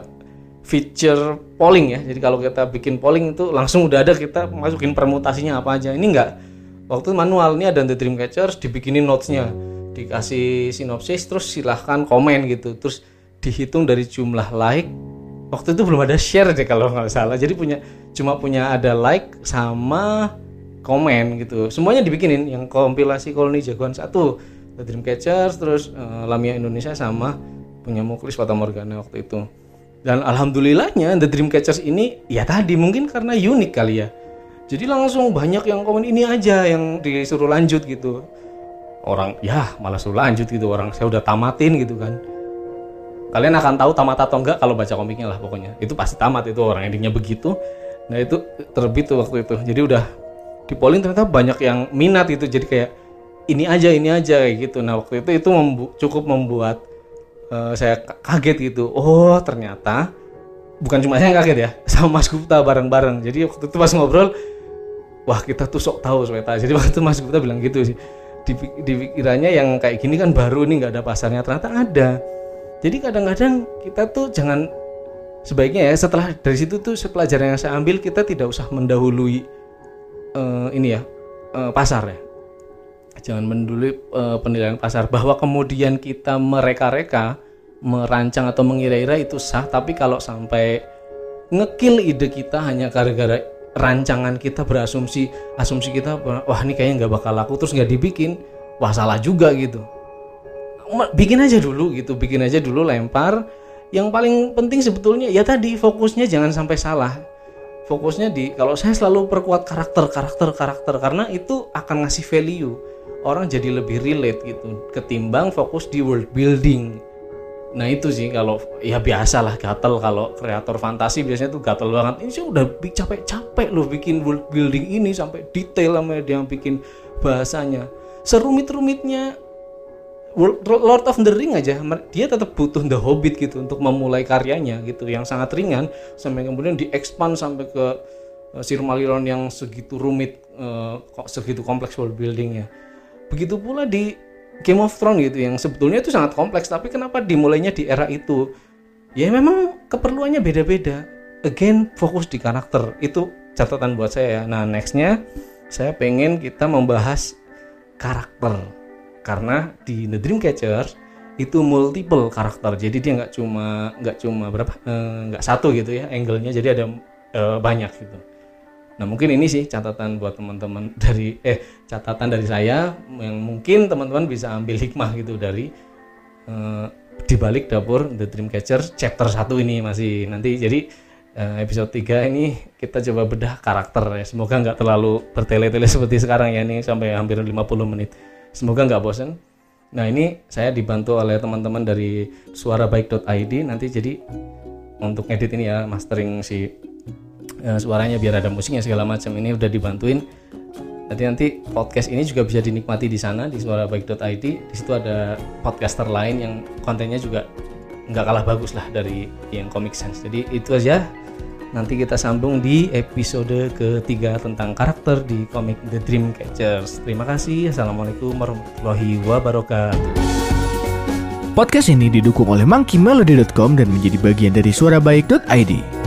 feature polling ya, jadi kalau kita bikin polling itu langsung udah ada, kita masukin permutasinya apa aja. Ini enggak, waktu manual. Ini ada The Dreamcatchers, dibikinin notesnya, dikasih sinopsis, terus silahkan komen gitu, terus dihitung dari jumlah like. Waktu itu belum ada share deh kalau nggak salah, jadi punya cuma punya ada like sama komen gitu, semuanya dibikinin. Yang kompilasi Koloni Jagoan satu, The Dreamcatchers, terus uh, Lamia Indonesia sama punya Muklis Fata Morgana waktu itu. Dan alhamdulillahnya The Dreamcatchers ini ya tadi mungkin karena unik kali ya, jadi langsung banyak yang komen ini aja yang disuruh lanjut gitu. Orang ya malah suruh lanjut gitu, orang saya udah tamatin gitu kan. Kalian akan tahu tamat atau enggak kalau baca komiknya lah, pokoknya itu pasti tamat, itu orang endingnya begitu. Nah itu terbit tuh waktu itu, jadi udah di polling ternyata banyak yang minat itu, jadi kayak ini aja ini aja kayak gitu. Nah waktu itu itu membu- cukup membuat uh, saya kaget gitu. Oh ternyata bukan cuma saya kaget ya, sama Mas Gupta bareng-bareng. Jadi waktu itu pas ngobrol, wah kita tuh sok tahu Sweta. Jadi waktu itu Mas Gupta bilang gitu sih, di, di pikirannya yang kayak gini kan baru nih, nggak ada pasarnya, ternyata ada. Jadi kadang-kadang kita tuh jangan, sebaiknya ya setelah dari situ tuh pelajaran yang saya ambil, kita tidak usah mendahului uh, ini ya uh, pasar ya. Jangan mendului uh, penilaian pasar, bahwa kemudian kita mereka-reka, merancang atau mengira-ira itu sah, tapi kalau sampai ngekill ide kita hanya gara-gara rancangan kita berasumsi, asumsi kita wah ini kayaknya nggak bakal laku, terus nggak dibikin, wah salah juga gitu. Bikin aja dulu gitu, bikin aja dulu, lempar. Yang paling penting sebetulnya ya tadi, fokusnya jangan sampai salah. Fokusnya di, kalau saya selalu perkuat karakter, karakter, karakter, karena itu akan ngasih value. Orang jadi lebih relate gitu, ketimbang fokus di world building. Nah itu sih kalau ya biasalah gatel, kalau kreator fantasi biasanya tuh gatel banget. Ini sih udah capek-capek loh bikin world building ini sampai detail, sama dia yang bikin bahasanya serumit-rumitnya. Lord of the Ring aja dia tetap butuh The Hobbit gitu untuk memulai karyanya gitu, yang sangat ringan sampai kemudian diekspand sampai ke uh, Silmarillion yang segitu rumit, uh, kok segitu kompleks world buildingnya. Begitu pula di Game of Thrones gitu yang sebetulnya itu sangat kompleks, tapi kenapa dimulainya di era itu? Ya memang keperluannya beda-beda. Again, fokus di karakter, itu catatan buat saya ya. Nah nextnya saya pengen kita membahas karakter, karena di The Dreamcatcher itu multiple karakter, jadi dia nggak cuma nggak cuma berapa nggak eh, satu gitu ya angle-nya, jadi ada eh, banyak gitu. Nah mungkin ini sih catatan buat teman-teman dari eh catatan dari saya yang mungkin teman-teman bisa ambil hikmah gitu dari eh, di balik dapur The Dreamcatcher chapter satu ini masih nanti. Jadi eh, episode tiga ini kita coba bedah karakter ya, semoga nggak terlalu bertele-tele seperti sekarang ya, ini sampai hampir lima puluh menit. Semoga nggak bosan. Nah ini saya dibantu oleh teman-teman dari suarabaik dot i d nanti, jadi untuk edit ini ya, mastering si uh, suaranya biar ada musiknya segala macam ini udah dibantuin. Jadi nanti podcast ini juga bisa dinikmati di sana di suarabaik dot i d. Di situ ada podcaster lain yang kontennya juga nggak kalah bagus lah dari yang Comic Sans. Jadi itu aja. Nanti kita sambung di episode ketiga tentang karakter di komik The Dreamcatchers. Terima kasih. Assalamualaikum warahmatullahi wabarakatuh. Podcast ini didukung oleh monkey melody dot com dan menjadi bagian dari suarabaik dot i d.